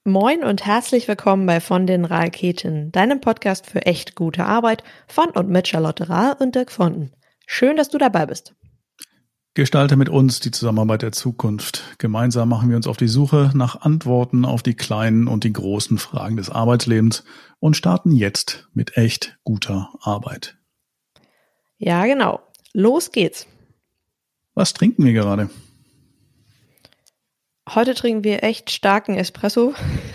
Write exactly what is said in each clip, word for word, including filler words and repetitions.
Moin und herzlich willkommen bei Von den Raketen, deinem Podcast für echt gute Arbeit von und mit Charlotte Rahl und Dirk Fonten. Schön, dass du dabei bist. Gestalte mit uns die Zusammenarbeit der Zukunft. Gemeinsam machen wir uns auf die Suche nach Antworten auf die kleinen und die großen Fragen des Arbeitslebens und starten jetzt mit echt guter Arbeit. Ja, genau. Los geht's. Was trinken wir gerade? Heute trinken wir echt starken Espresso,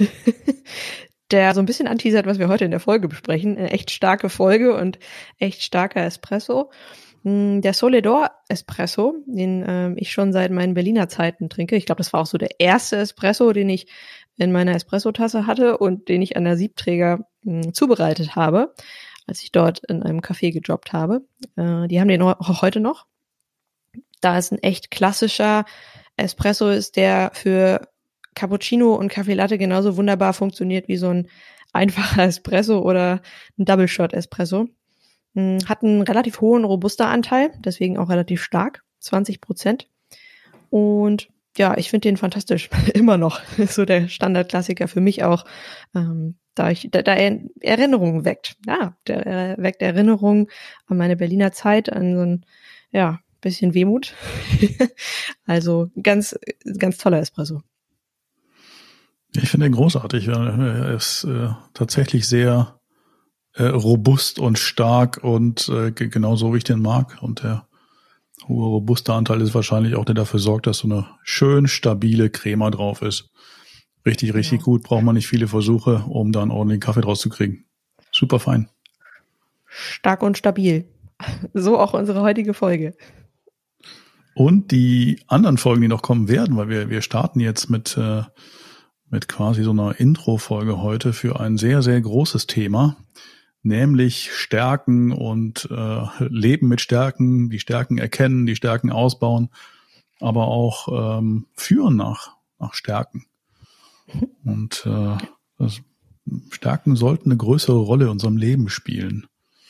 der so ein bisschen anteasert, was wir heute in der Folge besprechen. Eine echt starke Folge und echt starker Espresso. Der Soledor Espresso, den äh, ich schon seit meinen Berliner Zeiten trinke. Ich glaube, das war auch so der erste Espresso, den ich in meiner Espressotasse hatte und den ich an der Siebträger mh, zubereitet habe, als ich dort in einem Café gejobbt habe. Äh, die haben den auch heute noch. Da ist ein echt klassischer Espresso ist, der für Cappuccino und Kaffee Latte genauso wunderbar funktioniert wie so ein einfacher Espresso oder ein Double Shot Espresso. Hat einen relativ hohen Robusta-Anteil, deswegen auch relativ stark, zwanzig Prozent. Und ja, ich finde den fantastisch, immer noch. Ist so der Standardklassiker für mich auch, ähm, da ich da, da er Erinnerungen weckt. Ja, der äh, weckt Erinnerungen an meine Berliner Zeit, an so ein, ja, bisschen Wehmut. Also ganz, ganz toller Espresso. Ich finde ihn großartig. Er ist äh, tatsächlich sehr äh, robust und stark und äh, genau so, wie ich den mag. Und der hohe robuste Anteil ist wahrscheinlich auch, der dafür sorgt, dass so eine schön stabile Crema drauf ist. Richtig, richtig ja. Gut. Braucht man nicht viele Versuche, um da einen ordentlichen Kaffee draus zu kriegen. Super fein. Stark und stabil. So auch unsere heutige Folge. Und die anderen Folgen, die noch kommen werden, weil wir wir starten jetzt mit äh, mit quasi so einer Intro-Folge heute für ein sehr, sehr großes Thema, nämlich Stärken und äh, Leben mit Stärken, die Stärken erkennen, die Stärken ausbauen, aber auch ähm, führen nach nach Stärken. Und äh, das, Stärken sollten eine größere Rolle in unserem Leben spielen.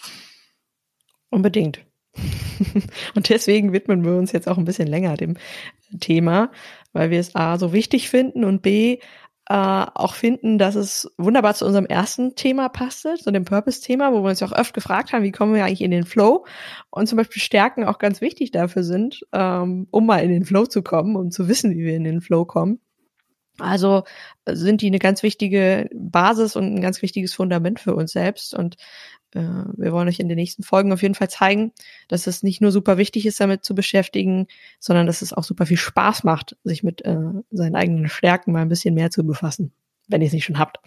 Unbedingt. Und deswegen widmen wir uns jetzt auch ein bisschen länger dem Thema, weil wir es A so wichtig finden und B äh, auch finden, dass es wunderbar zu unserem ersten Thema passte, zu dem Purpose-Thema, wo wir uns auch oft gefragt haben, wie kommen wir eigentlich in den Flow? Und zum Beispiel Stärken auch ganz wichtig dafür sind, ähm, um mal in den Flow zu kommen, um zu wissen, wie wir in den Flow kommen. Also sind die eine ganz wichtige Basis und ein ganz wichtiges Fundament für uns selbst. Und äh, wir wollen euch in den nächsten Folgen auf jeden Fall zeigen, dass es nicht nur super wichtig ist, damit zu beschäftigen, sondern dass es auch super viel Spaß macht, sich mit äh, seinen eigenen Stärken mal ein bisschen mehr zu befassen, wenn ihr es nicht schon habt.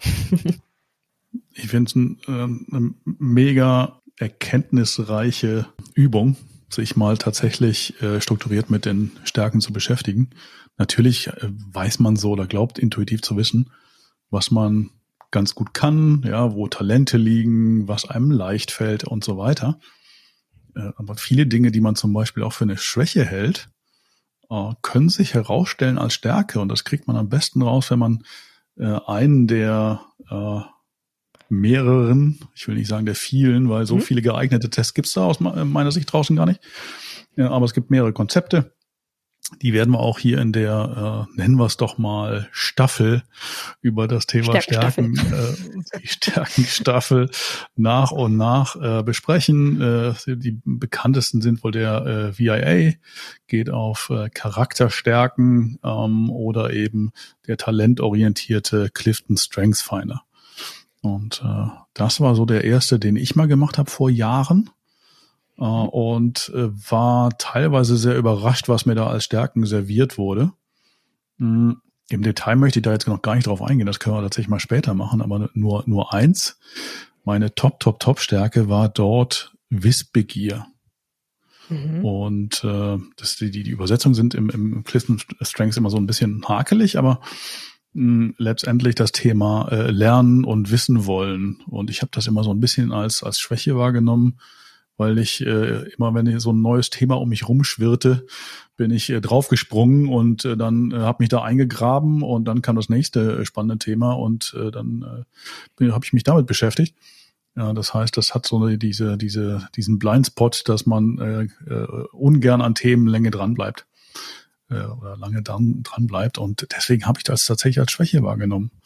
Ich finde es ein, äh, eine mega erkenntnisreiche Übung, sich mal tatsächlich äh, strukturiert mit den Stärken zu beschäftigen. Natürlich äh, weiß man so oder glaubt intuitiv zu wissen, was man ganz gut kann, ja, wo Talente liegen, was einem leicht fällt und so weiter. Äh, aber viele Dinge, die man zum Beispiel auch für eine Schwäche hält, äh, können sich herausstellen als Stärke. Und das kriegt man am besten raus, wenn man äh, einen der äh, mehreren, ich will nicht sagen der vielen, weil so mhm. viele geeignete Tests gibt's da aus meiner Sicht draußen gar nicht. Ja, aber es gibt mehrere Konzepte. Die werden wir auch hier in der, äh, nennen wir es doch mal, Staffel über das Thema Stärken, äh, die Stärkenstaffel nach und nach äh, besprechen. Äh, die bekanntesten sind wohl der äh, V I A, geht auf äh, Charakterstärken ähm, oder eben der talentorientierte Clifton Strengths Finder. Und äh, das war so der erste, den ich mal gemacht habe vor Jahren. Uh, und äh, war teilweise sehr überrascht, was mir da als Stärken serviert wurde. Mm, im Detail möchte ich da jetzt noch gar nicht drauf eingehen, das können wir tatsächlich mal später machen, aber nur nur eins. Meine Top, Top, Top-Stärke war dort Wissbegier. Mhm. Und äh, das, die, die Übersetzungen sind im, im Clifton Strengths immer so ein bisschen hakelig, aber mh, letztendlich das Thema äh, Lernen und Wissen wollen. Und ich habe das immer so ein bisschen als als Schwäche wahrgenommen, weil ich äh, immer, wenn ich so ein neues Thema um mich rumschwirrte, bin ich äh, draufgesprungen und äh, dann äh, habe mich da eingegraben und dann kam das nächste äh, spannende Thema und äh, dann äh, habe ich mich damit beschäftigt. Ja, das heißt, das hat so eine, diese diese diesen Blindspot, dass man äh, äh, ungern an Themen länger dran bleibt äh, oder lange dran dran bleibt und deswegen habe ich das tatsächlich als Schwäche wahrgenommen.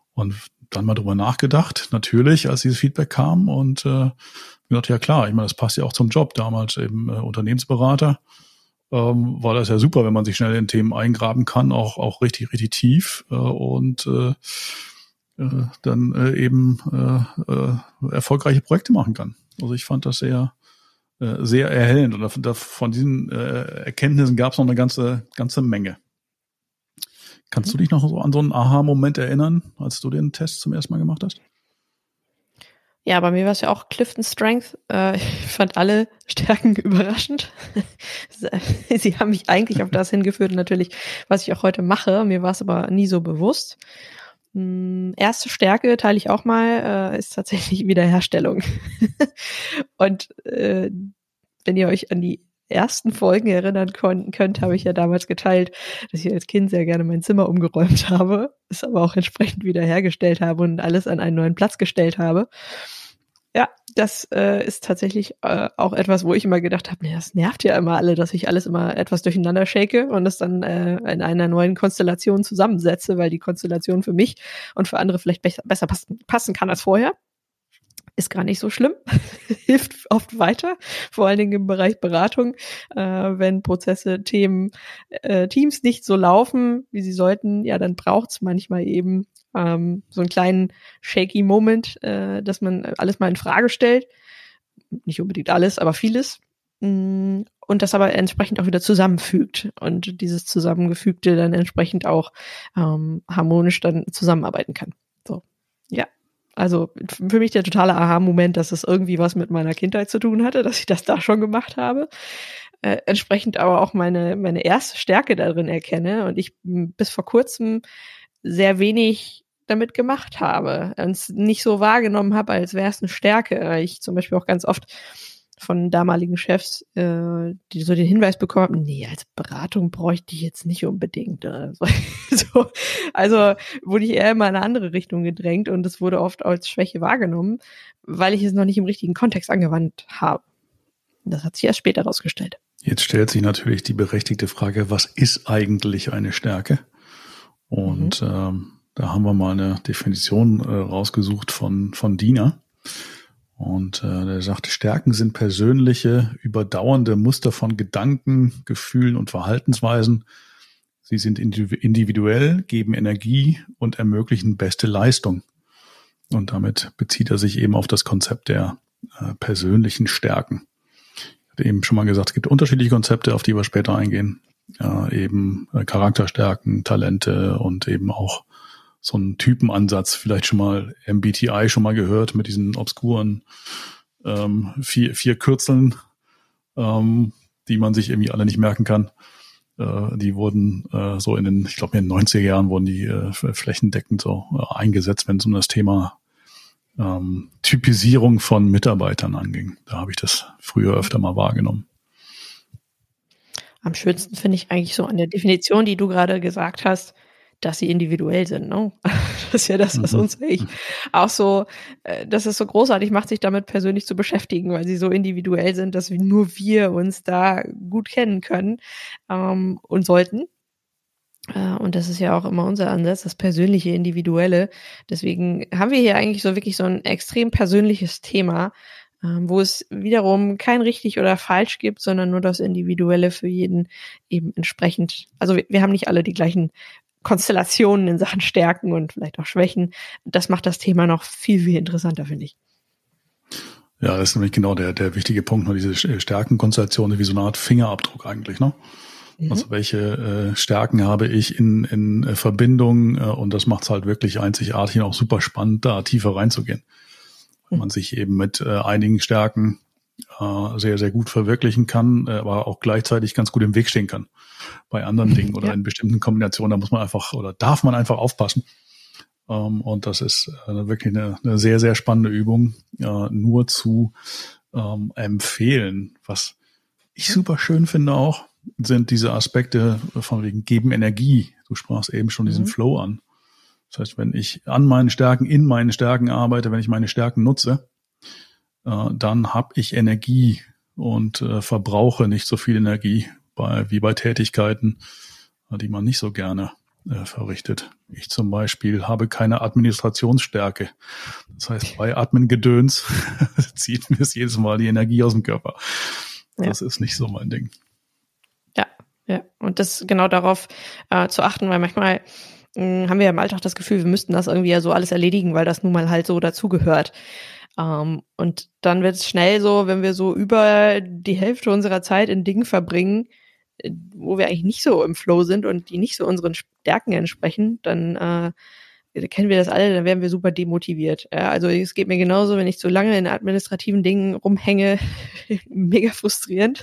Und dann mal drüber nachgedacht, natürlich, als dieses Feedback kam und äh, gesagt, ja klar, ich meine, das passt ja auch zum Job, damals eben äh, Unternehmensberater, ähm, war das ja super, wenn man sich schnell in Themen eingraben kann, auch auch richtig, richtig tief äh, und äh, äh, dann äh, eben äh, äh, erfolgreiche Projekte machen kann. Also ich fand das sehr äh, sehr erhellend und von, von diesen äh, Erkenntnissen gab es noch eine ganze ganze Menge. Kannst du dich noch so an so einen Aha-Moment erinnern, als du den Test zum ersten Mal gemacht hast? Ja, bei mir war es ja auch Clifton Strength. Äh, ich fand alle Stärken überraschend. Sie haben mich eigentlich auf das hingeführt, natürlich, was ich auch heute mache. Mir war es aber nie so bewusst. Hm, erste Stärke, teile ich auch mal, äh, ist tatsächlich Wiederherstellung. Und äh, wenn ihr euch an die ersten Folgen erinnern kon- könnt, habe ich ja damals geteilt, dass ich als Kind sehr gerne mein Zimmer umgeräumt habe, es aber auch entsprechend wiederhergestellt habe und alles an einen neuen Platz gestellt habe. Ja, das äh, ist tatsächlich äh, auch etwas, wo ich immer gedacht habe, nee, das nervt ja immer alle, dass ich alles immer etwas durcheinander shake und das dann äh, in einer neuen Konstellation zusammensetze, weil die Konstellation für mich und für andere vielleicht be- besser passen, passen kann als vorher. Ist gar nicht so schlimm, hilft oft weiter, vor allen Dingen im Bereich Beratung, äh, wenn Prozesse, Themen, äh, Teams nicht so laufen, wie sie sollten, ja, dann braucht's manchmal eben ähm, so einen kleinen shaky Moment, äh, dass man alles mal in Frage stellt, nicht unbedingt alles, aber vieles, mm, und das aber entsprechend auch wieder zusammenfügt und dieses Zusammengefügte dann entsprechend auch ähm, harmonisch dann zusammenarbeiten kann. So, ja. Also für mich der totale Aha-Moment, dass es irgendwie was mit meiner Kindheit zu tun hatte, dass ich das da schon gemacht habe. Äh, entsprechend aber auch meine, meine erste Stärke darin erkenne und ich m, bis vor kurzem sehr wenig damit gemacht habe und es nicht so wahrgenommen habe, als wäre es eine Stärke. Weil ich zum Beispiel auch ganz oft von damaligen Chefs, äh, die so den Hinweis bekommen haben, nee, als Beratung bräuchte ich jetzt nicht unbedingt. Also, so, also wurde ich eher immer in eine andere Richtung gedrängt und es wurde oft als Schwäche wahrgenommen, weil ich es noch nicht im richtigen Kontext angewandt habe. Das hat sich erst später herausgestellt. Jetzt stellt sich natürlich die berechtigte Frage, was ist eigentlich eine Stärke? Und mhm. ähm, da haben wir mal eine Definition äh, rausgesucht von, von Diener. Und äh, der sagt, Stärken sind persönliche, überdauernde Muster von Gedanken, Gefühlen und Verhaltensweisen. Sie sind individuell, geben Energie und ermöglichen beste Leistung. Und damit bezieht er sich eben auf das Konzept der äh, persönlichen Stärken. Ich hatte eben schon mal gesagt, es gibt unterschiedliche Konzepte, auf die wir später eingehen. Äh, eben äh, Charakterstärken, Talente und eben auch so ein Typenansatz, vielleicht schon mal M B T I schon mal gehört mit diesen obskuren ähm, vier, vier Kürzeln, ähm, die man sich irgendwie alle nicht merken kann. Äh, die wurden äh, so in den, ich glaube in den neunziger Jahren wurden die äh, flächendeckend so äh, eingesetzt, wenn es um das Thema ähm, Typisierung von Mitarbeitern anging. Da habe ich das früher öfter mal wahrgenommen. Am schönsten finde ich eigentlich so an der Definition, die du gerade gesagt hast, dass sie individuell sind, ne? Das ist ja das, was uns ich auch so, äh, dass es so großartig macht, sich damit persönlich zu beschäftigen, weil sie so individuell sind, dass wir nur wir uns da gut kennen können ähm, und sollten. Äh, und das ist ja auch immer unser Ansatz, das persönliche, individuelle. Deswegen haben wir hier eigentlich so wirklich so ein extrem persönliches Thema, ähm, wo es wiederum kein richtig oder falsch gibt, sondern nur das Individuelle für jeden eben entsprechend. Also wir, wir haben nicht alle die gleichen Konstellationen in Sachen Stärken und vielleicht auch Schwächen. Das macht das Thema noch viel, viel interessanter, finde ich. Ja, das ist nämlich genau der, der wichtige Punkt, nur diese Stärkenkonstellation, wie so eine Art Fingerabdruck eigentlich, ne? Mhm. Also welche äh, Stärken habe ich in, in äh, Verbindung äh, und das macht es halt wirklich einzigartig und auch super spannend, da tiefer reinzugehen. Weil mhm. man sich eben mit äh, einigen Stärken äh, sehr, sehr gut verwirklichen kann, äh, aber auch gleichzeitig ganz gut im Weg stehen kann. Bei anderen Dingen oder ja. in bestimmten Kombinationen, da muss man einfach oder darf man einfach aufpassen. Ähm, und das ist äh, wirklich eine, eine sehr, sehr spannende Übung, äh, nur zu ähm, empfehlen. Was ich super schön finde auch, sind diese Aspekte von wegen geben Energie. Du sprachst eben schon diesen mhm. Flow an. Das heißt, wenn ich an meinen Stärken, in meinen Stärken arbeite, wenn ich meine Stärken nutze, äh, dann habe ich Energie und äh, verbrauche nicht so viel Energie bei, wie bei Tätigkeiten, die man nicht so gerne äh, verrichtet. Ich zum Beispiel habe keine Administrationsstärke. Das heißt, bei Admin-Gedöns zieht mir es jedes Mal die Energie aus dem Körper. Das ja. ist nicht so mein Ding. Ja, ja. Und das genau darauf äh, zu achten, weil manchmal mh, haben wir ja im Alltag das Gefühl, wir müssten das irgendwie ja so alles erledigen, weil das nun mal halt so dazugehört. Um, und dann wird es schnell so, wenn wir so über die Hälfte unserer Zeit in Dingen verbringen, wo wir eigentlich nicht so im Flow sind und die nicht so unseren Stärken entsprechen, dann äh, kennen wir das alle, dann werden wir super demotiviert. Ja, also es geht mir genauso, wenn ich zu lange in administrativen Dingen rumhänge, mega frustrierend.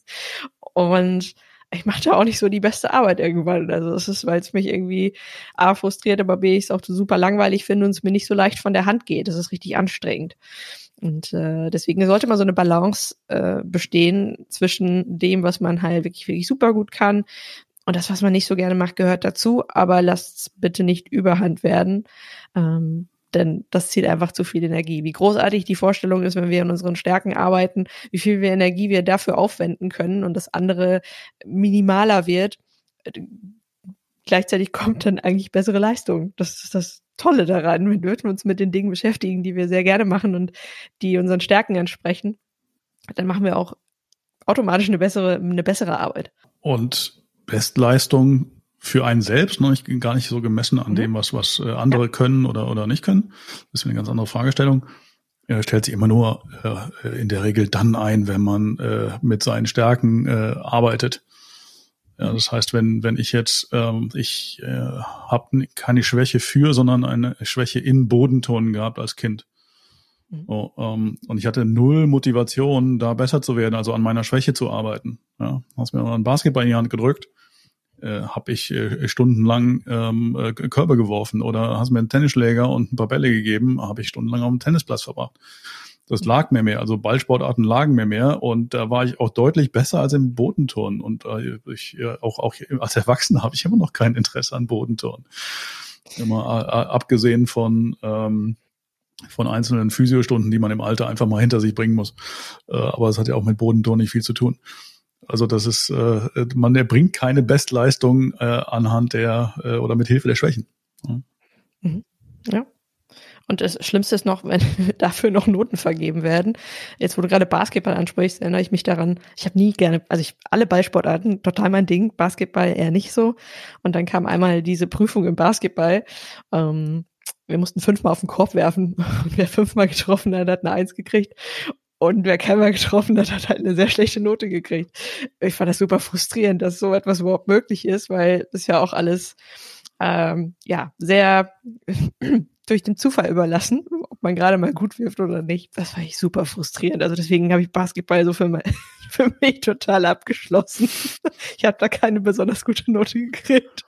Und ich mache da auch nicht so die beste Arbeit irgendwann. Also das ist, weil es mich irgendwie A frustriert, aber B ich es auch super langweilig finde und es mir nicht so leicht von der Hand geht. Das ist richtig anstrengend. Und äh, deswegen sollte mal so eine Balance äh, bestehen zwischen dem, was man halt wirklich, wirklich super gut kann und das, was man nicht so gerne macht, gehört dazu. Aber lasst's bitte nicht überhand werden. Ähm, Denn das zieht einfach zu viel Energie. Wie großartig die Vorstellung ist, wenn wir an unseren Stärken arbeiten, wie viel wir Energie wir dafür aufwenden können und das andere minimaler wird. Gleichzeitig kommt dann eigentlich bessere Leistung. Das ist das Tolle daran. Wir dürfen uns mit den Dingen beschäftigen, die wir sehr gerne machen und die unseren Stärken entsprechen. Dann machen wir auch automatisch eine bessere, eine bessere Arbeit. Und Bestleistung für einen selbst, noch nicht, gar nicht so gemessen an mhm. dem, was, was äh, andere ja. können oder, oder nicht können. Das ist eine ganz andere Fragestellung. Er stellt sich immer nur äh, in der Regel dann ein, wenn man äh, mit seinen Stärken äh, arbeitet. Ja, das heißt, wenn, wenn ich jetzt, ähm, ich äh, habe keine Schwäche für, sondern eine Schwäche in Bodentonen gehabt als Kind. Mhm. So, ähm, und ich hatte null Motivation, da besser zu werden, also an meiner Schwäche zu arbeiten. Ja, hast mir mal einen Basketball in die Hand gedrückt. Äh, habe ich äh, stundenlang ähm, äh, Körbe geworfen oder hast mir einen Tennisschläger und ein paar Bälle gegeben, habe ich stundenlang auf dem Tennisplatz verbracht. Das lag mir mehr, also Ballsportarten lagen mir mehr und da war ich auch deutlich besser als im Bodenturnen und äh, ich äh, auch auch als Erwachsener habe ich immer noch kein Interesse an Bodenturnen. Immer äh, abgesehen von ähm, von einzelnen Physiostunden, die man im Alter einfach mal hinter sich bringen muss. Äh, aber es hat ja auch mit Bodenturnen nicht viel zu tun. Also das ist, äh, man erbringt keine Bestleistung äh, anhand der äh, oder mit Hilfe der Schwächen. Ja. Mhm. Ja. Und das Schlimmste ist noch, wenn dafür noch Noten vergeben werden. Jetzt, wo du gerade Basketball ansprichst, erinnere ich mich daran, ich habe nie gerne, also ich alle Ballsportarten, total mein Ding, Basketball eher nicht so. Und dann kam einmal diese Prüfung im Basketball. Ähm, wir mussten fünfmal auf den Korb werfen und wer fünfmal getroffen hat, hat eine Eins gekriegt. Und wer keinmal getroffen hat, hat halt eine sehr schlechte Note gekriegt. Ich fand das super frustrierend, dass so etwas überhaupt möglich ist, weil das ja auch alles ähm, ja sehr durch den Zufall überlassen, ob man gerade mal gut wirft oder nicht. Das fand ich super frustrierend. Also deswegen habe ich Basketball so für, mein, für mich total abgeschlossen. Ich habe da keine besonders gute Note gekriegt.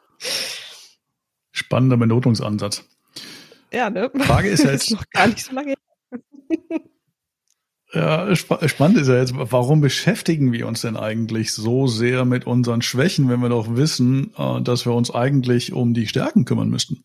Spannender Benotungsansatz. Ja, ne? Frage ist jetzt ist noch gar nicht so lange. Ja, sp- spannend ist ja jetzt, warum beschäftigen wir uns denn eigentlich so sehr mit unseren Schwächen, wenn wir doch wissen, äh, dass wir uns eigentlich um die Stärken kümmern müssten?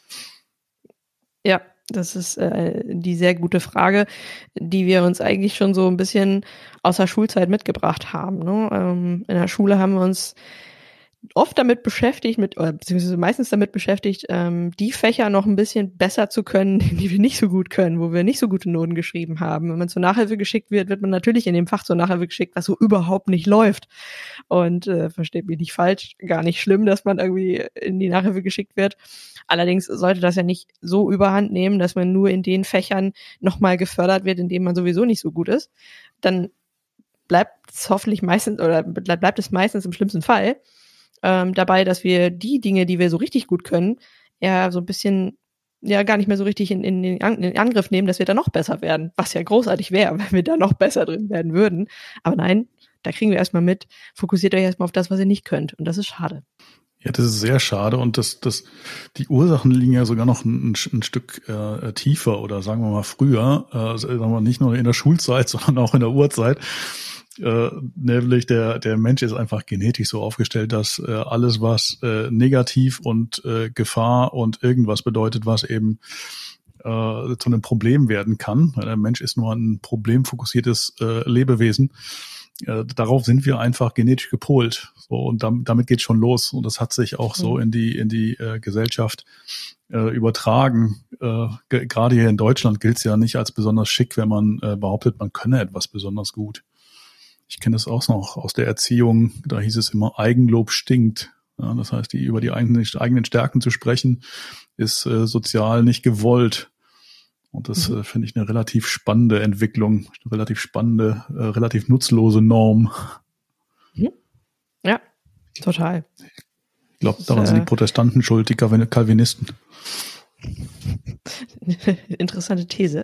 Ja, das ist äh, die sehr gute Frage, die wir uns eigentlich schon so ein bisschen aus der Schulzeit mitgebracht haben. Ne? Ähm, in der Schule haben wir uns oft damit beschäftigt, mit oder beziehungsweise meistens damit beschäftigt, ähm, die Fächer noch ein bisschen besser zu können, die wir nicht so gut können, wo wir nicht so gute Noten geschrieben haben. Wenn man zur Nachhilfe geschickt wird, wird man natürlich in dem Fach zur Nachhilfe geschickt, was so überhaupt nicht läuft. Und äh, versteht mich nicht falsch, gar nicht schlimm, dass man irgendwie in die Nachhilfe geschickt wird. Allerdings sollte das ja nicht so überhand nehmen, dass man nur in den Fächern nochmal gefördert wird, in denen man sowieso nicht so gut ist. Dann bleibt es hoffentlich meistens oder bleibt es meistens im schlimmsten Fall Ähm, dabei, dass wir die Dinge, die wir so richtig gut können, ja so ein bisschen ja gar nicht mehr so richtig in, in, den An- in den Angriff nehmen, dass wir da noch besser werden, was ja großartig wäre, wenn wir da noch besser drin werden würden. Aber nein, da kriegen wir erstmal mit, fokussiert euch erstmal auf das, was ihr nicht könnt. Und das ist schade. Ja, das ist sehr schade und das, das, die Ursachen liegen ja sogar noch ein, ein Stück äh, tiefer oder sagen wir mal früher, äh, sagen wir nicht nur in der Schulzeit, sondern auch in der Urzeit. Äh, nämlich der der Mensch ist einfach genetisch so aufgestellt, dass äh, alles, was äh, negativ und äh, Gefahr und irgendwas bedeutet, was eben äh, zu einem Problem werden kann. Der Mensch ist nur ein problemfokussiertes äh, Lebewesen. äh, darauf sind wir einfach genetisch gepolt. So, und damit, damit geht schon los. Und das hat sich auch so in die, in die äh, Gesellschaft äh, übertragen. Äh, ge- gerade hier in Deutschland gilt es ja nicht als besonders schick, wenn man äh, behauptet, man könne etwas besonders gut. Ich kenne das auch noch aus der Erziehung. Da hieß es immer, Eigenlob stinkt. Ja, das heißt, die, über die eigenen, eigenen Stärken zu sprechen, ist äh, sozial nicht gewollt. Und das mhm. äh, finde ich eine relativ spannende Entwicklung, eine relativ spannende, äh, relativ nutzlose Norm. Mhm. Ja, total. Ich glaube, daran sind die Protestanten schuld, die Calvinisten. Interessante These.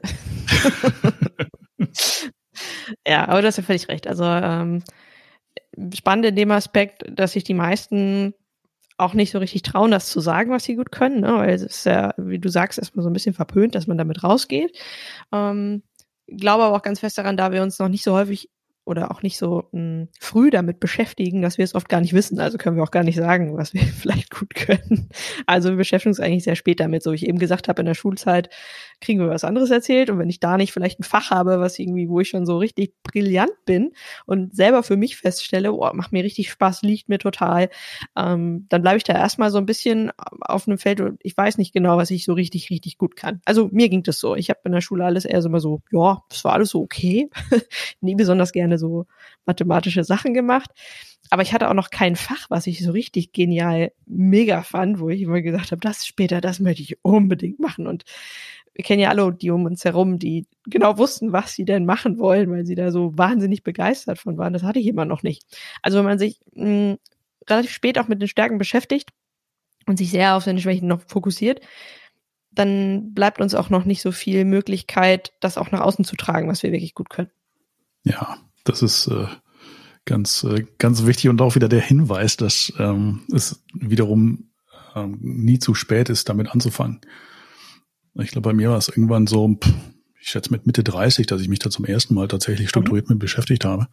Ja, aber du hast ja völlig recht. Also ähm, spannend in dem Aspekt, dass sich die meisten auch nicht so richtig trauen, das zu sagen, was sie gut können, ne? Weil es ist ja, wie du sagst, erstmal so ein bisschen verpönt, dass man damit rausgeht. Ähm, glaube aber auch ganz fest daran, da wir uns noch nicht so häufig oder auch nicht so mh, früh damit beschäftigen, dass wir es oft gar nicht wissen. Also können wir auch gar nicht sagen, was wir vielleicht gut können. Also wir beschäftigen uns eigentlich sehr spät damit. So wie ich eben gesagt habe, in der Schulzeit kriegen wir was anderes erzählt. Und wenn ich da nicht vielleicht ein Fach habe, was irgendwie, wo ich schon so richtig brillant bin und selber für mich feststelle, oh, macht mir richtig Spaß, liegt mir total, ähm, dann bleibe ich da erstmal so ein bisschen auf einem Feld und ich weiß nicht genau, was ich so richtig, richtig gut kann. Also mir ging das so. Ich habe in der Schule alles eher so immer so, ja, das war alles so okay. Nie besonders gerne so mathematische Sachen gemacht. Aber ich hatte auch noch kein Fach, was ich so richtig genial mega fand, wo ich immer gesagt habe, das später, das möchte ich unbedingt machen. Und wir kennen ja alle die um uns herum, die genau wussten, was sie denn machen wollen, weil sie da so wahnsinnig begeistert von waren. Das hatte ich immer noch nicht. Also wenn man sich mh, relativ spät auch mit den Stärken beschäftigt und sich sehr auf seine Schwächen noch fokussiert, dann bleibt uns auch noch nicht so viel Möglichkeit, das auch nach außen zu tragen, was wir wirklich gut können. Ja, das ist äh, ganz, äh, ganz wichtig und auch wieder der Hinweis, dass ähm, es wiederum ähm, nie zu spät ist, damit anzufangen. Ich glaube, bei mir war es irgendwann so, ich schätze mit Mitte dreißig, dass ich mich da zum ersten Mal tatsächlich strukturiert mit beschäftigt habe.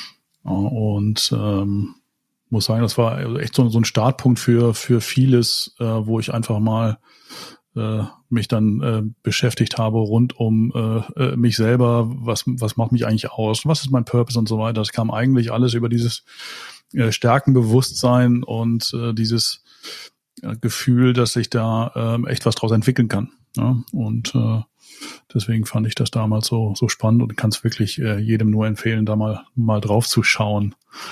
Und ähm, muss sagen, das war echt so, so ein Startpunkt für für vieles, äh, wo ich einfach mal äh, mich dann äh, beschäftigt habe rund um äh, mich selber, was was macht mich eigentlich aus, was ist mein Purpose und so weiter. Das kam eigentlich alles über dieses äh, Stärkenbewusstsein und äh, dieses äh, Gefühl, dass ich da äh, echt was draus entwickeln kann. Ja? Und äh, deswegen fand ich das damals so so spannend und kann es wirklich äh, jedem nur empfehlen, da mal mal drauf zu schauen.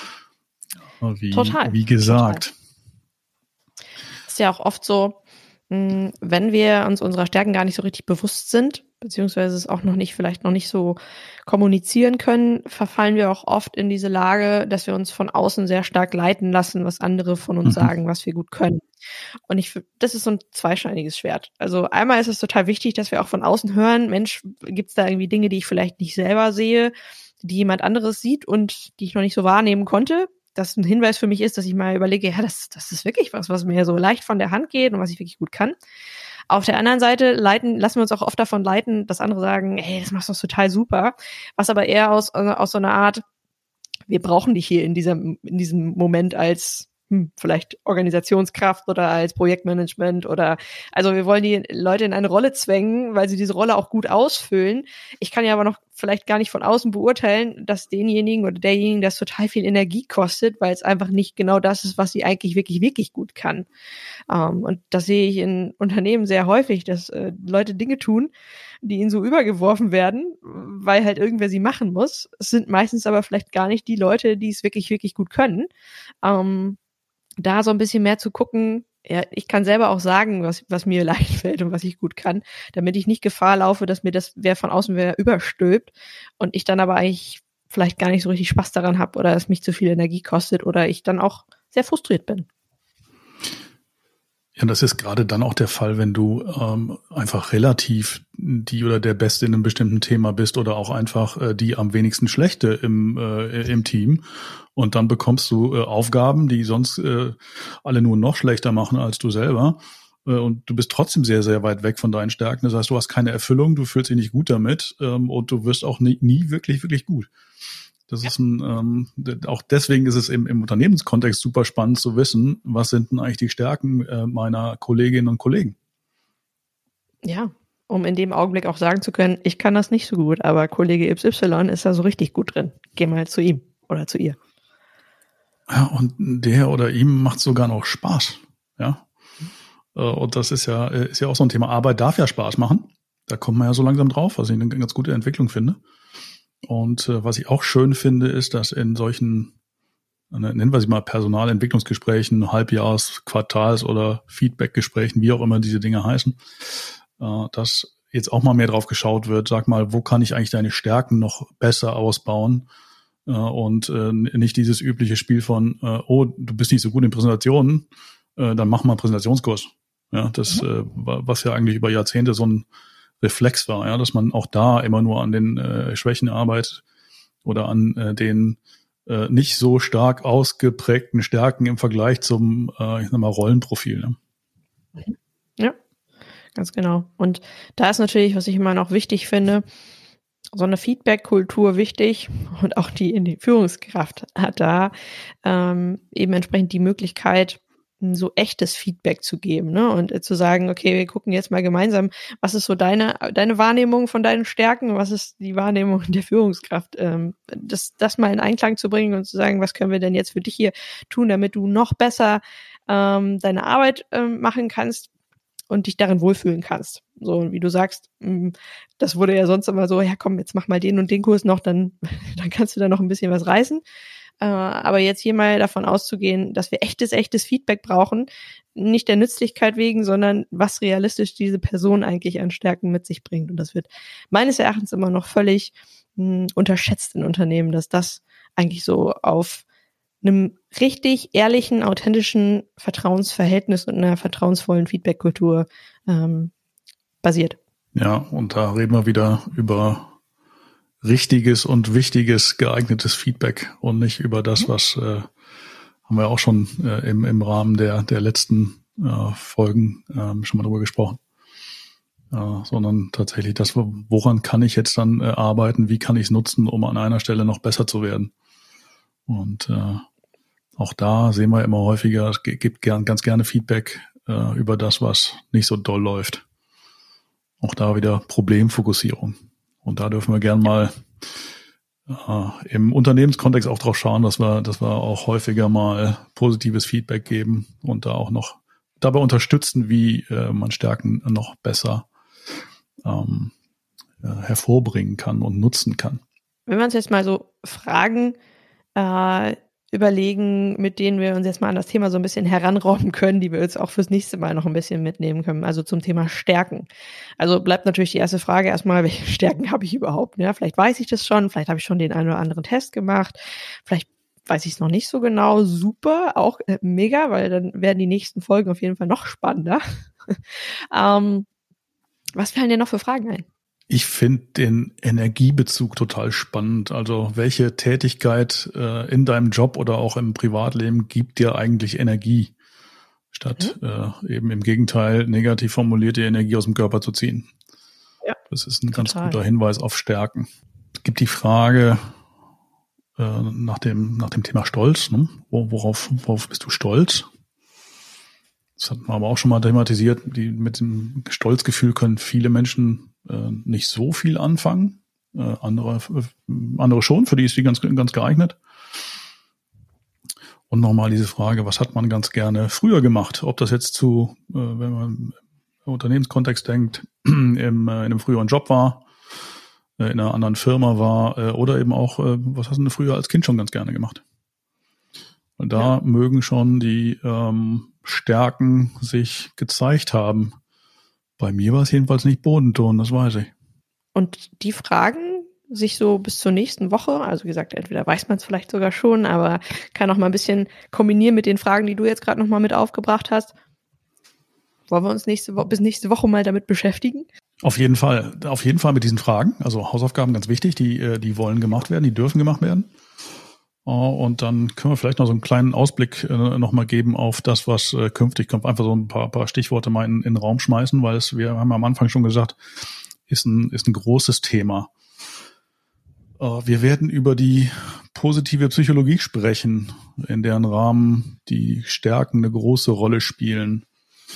Wie, Total. wie gesagt. Total. Ist ja auch oft so, wenn wir uns unserer Stärken gar nicht so richtig bewusst sind, beziehungsweise es auch noch nicht, vielleicht noch nicht so kommunizieren können, verfallen wir auch oft in diese Lage, dass wir uns von außen sehr stark leiten lassen, was andere von uns mhm. sagen, was wir gut können. Und ich, das ist so ein zweischneidiges Schwert. Also einmal ist es total wichtig, dass wir auch von außen hören, Mensch, gibt es da irgendwie Dinge, die ich vielleicht nicht selber sehe, die jemand anderes sieht und die ich noch nicht so wahrnehmen konnte. Das ein Hinweis für mich ist, dass ich mal überlege, ja, das, das ist wirklich was, was mir so leicht von der Hand geht und was ich wirklich gut kann. Auf der anderen Seite leiten, lassen wir uns auch oft davon leiten, dass andere sagen, hey, das machst du total super. Was aber eher aus, aus so einer Art, wir brauchen dich hier in diesem, in diesem Moment als hm, vielleicht Organisationskraft oder als Projektmanagement oder, also wir wollen die Leute in eine Rolle zwängen, weil sie diese Rolle auch gut ausfüllen. Ich kann ja aber noch vielleicht gar nicht von außen beurteilen, dass denjenigen oder derjenigen das total viel Energie kostet, weil es einfach nicht genau das ist, was sie eigentlich wirklich, wirklich gut kann. Um, und das sehe ich in Unternehmen sehr häufig, dass äh, Leute Dinge tun, die ihnen so übergeworfen werden, weil halt irgendwer sie machen muss. Es sind meistens aber vielleicht gar nicht die Leute, die es wirklich, wirklich gut können. Um, da so ein bisschen mehr zu gucken, ja, ich kann selber auch sagen, was, was mir leicht fällt und was ich gut kann, damit ich nicht Gefahr laufe, dass mir das wer von außen wer überstülpt und ich dann aber eigentlich vielleicht gar nicht so richtig Spaß daran habe oder es mich zu viel Energie kostet oder ich dann auch sehr frustriert bin. Ja, das ist gerade dann auch der Fall, wenn du ähm, einfach relativ die oder der Beste in einem bestimmten Thema bist oder auch einfach äh, die am wenigsten Schlechte im äh, im Team. Und dann bekommst du äh, Aufgaben, die sonst äh, alle nur noch schlechter machen als du selber. Äh, und du bist trotzdem sehr, sehr weit weg von deinen Stärken. Das heißt, du hast keine Erfüllung, du fühlst dich nicht gut damit ähm, und du wirst auch nie, nie wirklich, wirklich gut. Das ist ein, ähm, auch deswegen ist es im, im Unternehmenskontext super spannend zu wissen, was sind denn eigentlich die Stärken äh, meiner Kolleginnen und Kollegen. Ja, um in dem Augenblick auch sagen zu können, ich kann das nicht so gut, aber Kollege X Y ist da so richtig gut drin. Geh mal zu ihm. oder zu ihr. Ja, und der oder ihm macht sogar noch Spaß, ja. Und das ist ja, ist ja auch so ein Thema. Arbeit darf ja Spaß machen. Da kommt man ja so langsam drauf, was ich eine ganz gute Entwicklung finde. Und äh, was ich auch schön finde, ist, dass in solchen, nennen wir sie mal Personalentwicklungsgesprächen, Halbjahres-, Quartals- oder Feedbackgesprächen, wie auch immer diese Dinge heißen, äh, dass jetzt auch mal mehr drauf geschaut wird, sag mal, wo kann ich eigentlich deine Stärken noch besser ausbauen? Äh, und äh, nicht dieses übliche Spiel von, äh, oh, du bist nicht so gut in Präsentationen, äh, dann mach mal einen Präsentationskurs. Ja, das, mhm. äh, was ja eigentlich über Jahrzehnte so ein Reflex war, ja, dass man auch da immer nur an den äh, Schwächen arbeitet oder an äh, den äh, nicht so stark ausgeprägten Stärken im Vergleich zum, äh, ich sag mal, Rollenprofil. Ne? Ja, ganz genau. Und da ist natürlich, was ich immer noch wichtig finde, so eine Feedback-Kultur wichtig und auch die, die Führungskraft hat da ähm, eben entsprechend die Möglichkeit, so echtes Feedback zu geben, ne? Und äh, zu sagen, okay, wir gucken jetzt mal gemeinsam, was ist so deine deine Wahrnehmung von deinen Stärken, was ist die Wahrnehmung der Führungskraft, ähm, das das mal in Einklang zu bringen und zu sagen, was können wir denn jetzt für dich hier tun, damit du noch besser ähm, deine Arbeit ähm, machen kannst und dich darin wohlfühlen kannst. So, und wie du sagst, mh, das wurde ja sonst immer so, ja komm, jetzt mach mal den und den Kurs noch, dann dann kannst du da noch ein bisschen was reißen. Äh, aber jetzt hier mal davon auszugehen, dass wir echtes, echtes Feedback brauchen, nicht der Nützlichkeit wegen, sondern was realistisch diese Person eigentlich an Stärken mit sich bringt. Und das wird meines Erachtens immer noch völlig mh, unterschätzt in Unternehmen, dass das eigentlich so auf einem richtig ehrlichen, authentischen Vertrauensverhältnis und einer vertrauensvollen Feedback-Kultur ähm, basiert. Ja, und da reden wir wieder über richtiges und wichtiges, geeignetes Feedback und nicht über das, was äh, haben wir auch schon äh, im, im Rahmen der, der letzten äh, Folgen äh, schon mal drüber gesprochen, äh, sondern tatsächlich das, woran kann ich jetzt dann äh, arbeiten, wie kann ich es nutzen, um an einer Stelle noch besser zu werden. Und äh, auch da sehen wir immer häufiger, es gibt gern, ganz gerne Feedback äh, über das, was nicht so doll läuft. Auch da wieder Problemfokussierung. Und da dürfen wir gern mal äh, im Unternehmenskontext auch drauf schauen, dass wir, dass wir auch häufiger mal positives Feedback geben und da auch noch dabei unterstützen, wie äh, man Stärken noch besser ähm, äh, hervorbringen kann und nutzen kann. Wenn wir uns jetzt mal so Fragen äh, überlegen, mit denen wir uns jetzt mal an das Thema so ein bisschen heranrobben können, die wir jetzt auch fürs nächste Mal noch ein bisschen mitnehmen können, also zum Thema Stärken. Also bleibt natürlich die erste Frage erstmal, welche Stärken habe ich überhaupt? Ja, vielleicht weiß ich das schon, vielleicht habe ich schon den einen oder anderen Test gemacht, vielleicht weiß ich es noch nicht so genau, super, auch äh, mega, weil dann werden die nächsten Folgen auf jeden Fall noch spannender. ähm, was fallen dir noch für Fragen ein? Ich finde den Energiebezug total spannend. Also welche Tätigkeit äh, in deinem Job oder auch im Privatleben gibt dir eigentlich Energie, statt mhm. äh, eben im Gegenteil negativ formulierte Energie aus dem Körper zu ziehen. Ja, das ist ein total. Ganz guter Hinweis auf Stärken. Es gibt die Frage äh, nach dem nach dem Thema Stolz. Ne? Worauf, worauf bist du stolz? Das hat man aber auch schon mal thematisiert. Die, mit dem Stolzgefühl können viele Menschen äh, nicht so viel anfangen. Äh, andere, äh, andere schon, für die ist die ganz, ganz geeignet. Und nochmal diese Frage, was hat man ganz gerne früher gemacht? Ob das jetzt zu, äh, wenn man im Unternehmenskontext denkt, im, äh, in einem früheren Job war, äh, in einer anderen Firma war äh, oder eben auch, äh, was hast du denn früher als Kind schon ganz gerne gemacht? Und da ja. mögen schon die ähm, Stärken sich gezeigt haben. Bei mir war es jedenfalls nicht Bodenton, das weiß ich. Und die Fragen sich so bis zur nächsten Woche, also wie gesagt, entweder weiß man es vielleicht sogar schon, aber kann auch mal ein bisschen kombinieren mit den Fragen, die du jetzt gerade noch mal mit aufgebracht hast. Wollen wir uns nächste Woche bis nächste Woche mal damit beschäftigen? Auf jeden Fall, auf jeden Fall mit diesen Fragen. Also Hausaufgaben ganz wichtig, die, die wollen gemacht werden, die dürfen gemacht werden. Und dann können wir vielleicht noch so einen kleinen Ausblick äh, nochmal geben auf das, was äh, künftig kommt. Einfach so ein paar, paar Stichworte mal in, in den Raum schmeißen, weil es, wir haben am Anfang schon gesagt, ist ein, ist ein großes Thema. Äh, wir werden über die positive Psychologie sprechen, in deren Rahmen die Stärken eine große Rolle spielen.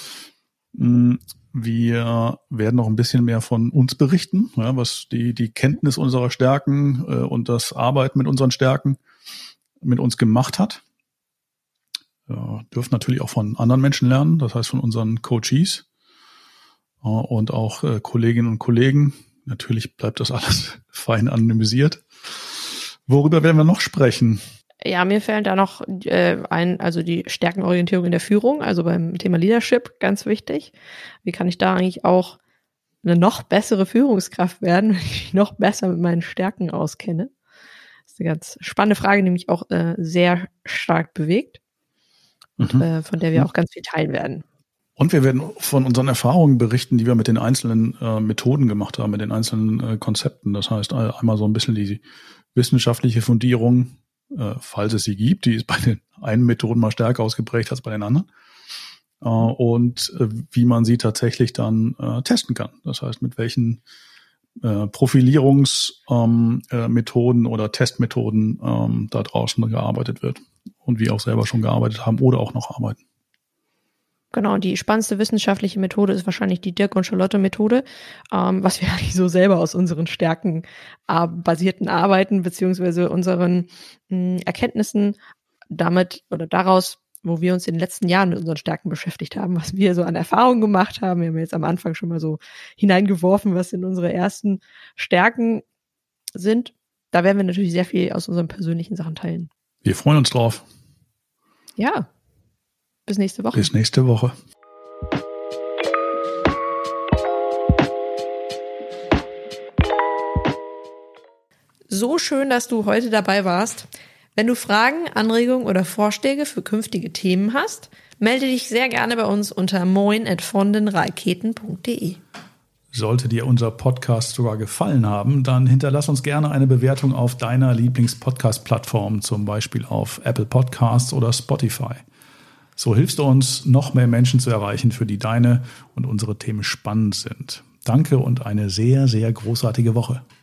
Wir werden noch ein bisschen mehr von uns berichten, ja, was die, die Kenntnis unserer Stärken äh, und das Arbeiten mit unseren Stärken mit uns gemacht hat. Äh, dürfen natürlich auch von anderen Menschen lernen, das heißt von unseren Coaches äh, und auch äh, Kolleginnen und Kollegen. Natürlich bleibt das alles fein anonymisiert. Worüber werden wir noch sprechen? Ja, mir fällt da noch äh, ein, also die Stärkenorientierung in der Führung, also beim Thema Leadership, ganz wichtig. Wie kann ich da eigentlich auch eine noch bessere Führungskraft werden, wenn ich mich noch besser mit meinen Stärken auskenne? Das ist eine ganz spannende Frage, die mich auch äh, sehr stark bewegt und mhm. äh, von der wir auch ganz viel teilen werden. Und wir werden von unseren Erfahrungen berichten, die wir mit den einzelnen äh, Methoden gemacht haben, mit den einzelnen äh, Konzepten. Das heißt, einmal so ein bisschen die wissenschaftliche Fundierung, äh, falls es sie gibt. Die ist bei den einen Methoden mal stärker ausgeprägt als bei den anderen. Äh, und äh, wie man sie tatsächlich dann äh, testen kann. Das heißt, mit welchen äh, Profilierungsmethoden ähm, äh, oder Testmethoden ähm, da draußen gearbeitet wird. Und wir auch selber schon gearbeitet haben oder auch noch arbeiten. Genau, die spannendste wissenschaftliche Methode ist wahrscheinlich die Dirk und Charlotte Methode, ähm, was wir eigentlich so selber aus unseren Stärken äh, basierten Arbeiten beziehungsweise unseren mh, Erkenntnissen damit oder daraus, wo wir uns in den letzten Jahren mit unseren Stärken beschäftigt haben, was wir so an Erfahrungen gemacht haben. Wir haben jetzt am Anfang schon mal so hineingeworfen, was in unsere ersten Stärken sind. Da werden wir natürlich sehr viel aus unseren persönlichen Sachen teilen. Wir freuen uns drauf. Ja. Bis nächste Woche. Bis nächste Woche. So schön, dass du heute dabei warst. Wenn du Fragen, Anregungen oder Vorschläge für künftige Themen hast, melde dich sehr gerne bei uns unter moin at vondenraketen punkt de. Sollte dir unser Podcast sogar gefallen haben, dann hinterlass uns gerne eine Bewertung auf deiner Lieblings-Podcast-Plattform, zum Beispiel auf Apple Podcasts oder Spotify. So hilfst du uns, noch mehr Menschen zu erreichen, für die deine und unsere Themen spannend sind. Danke und eine sehr, sehr großartige Woche.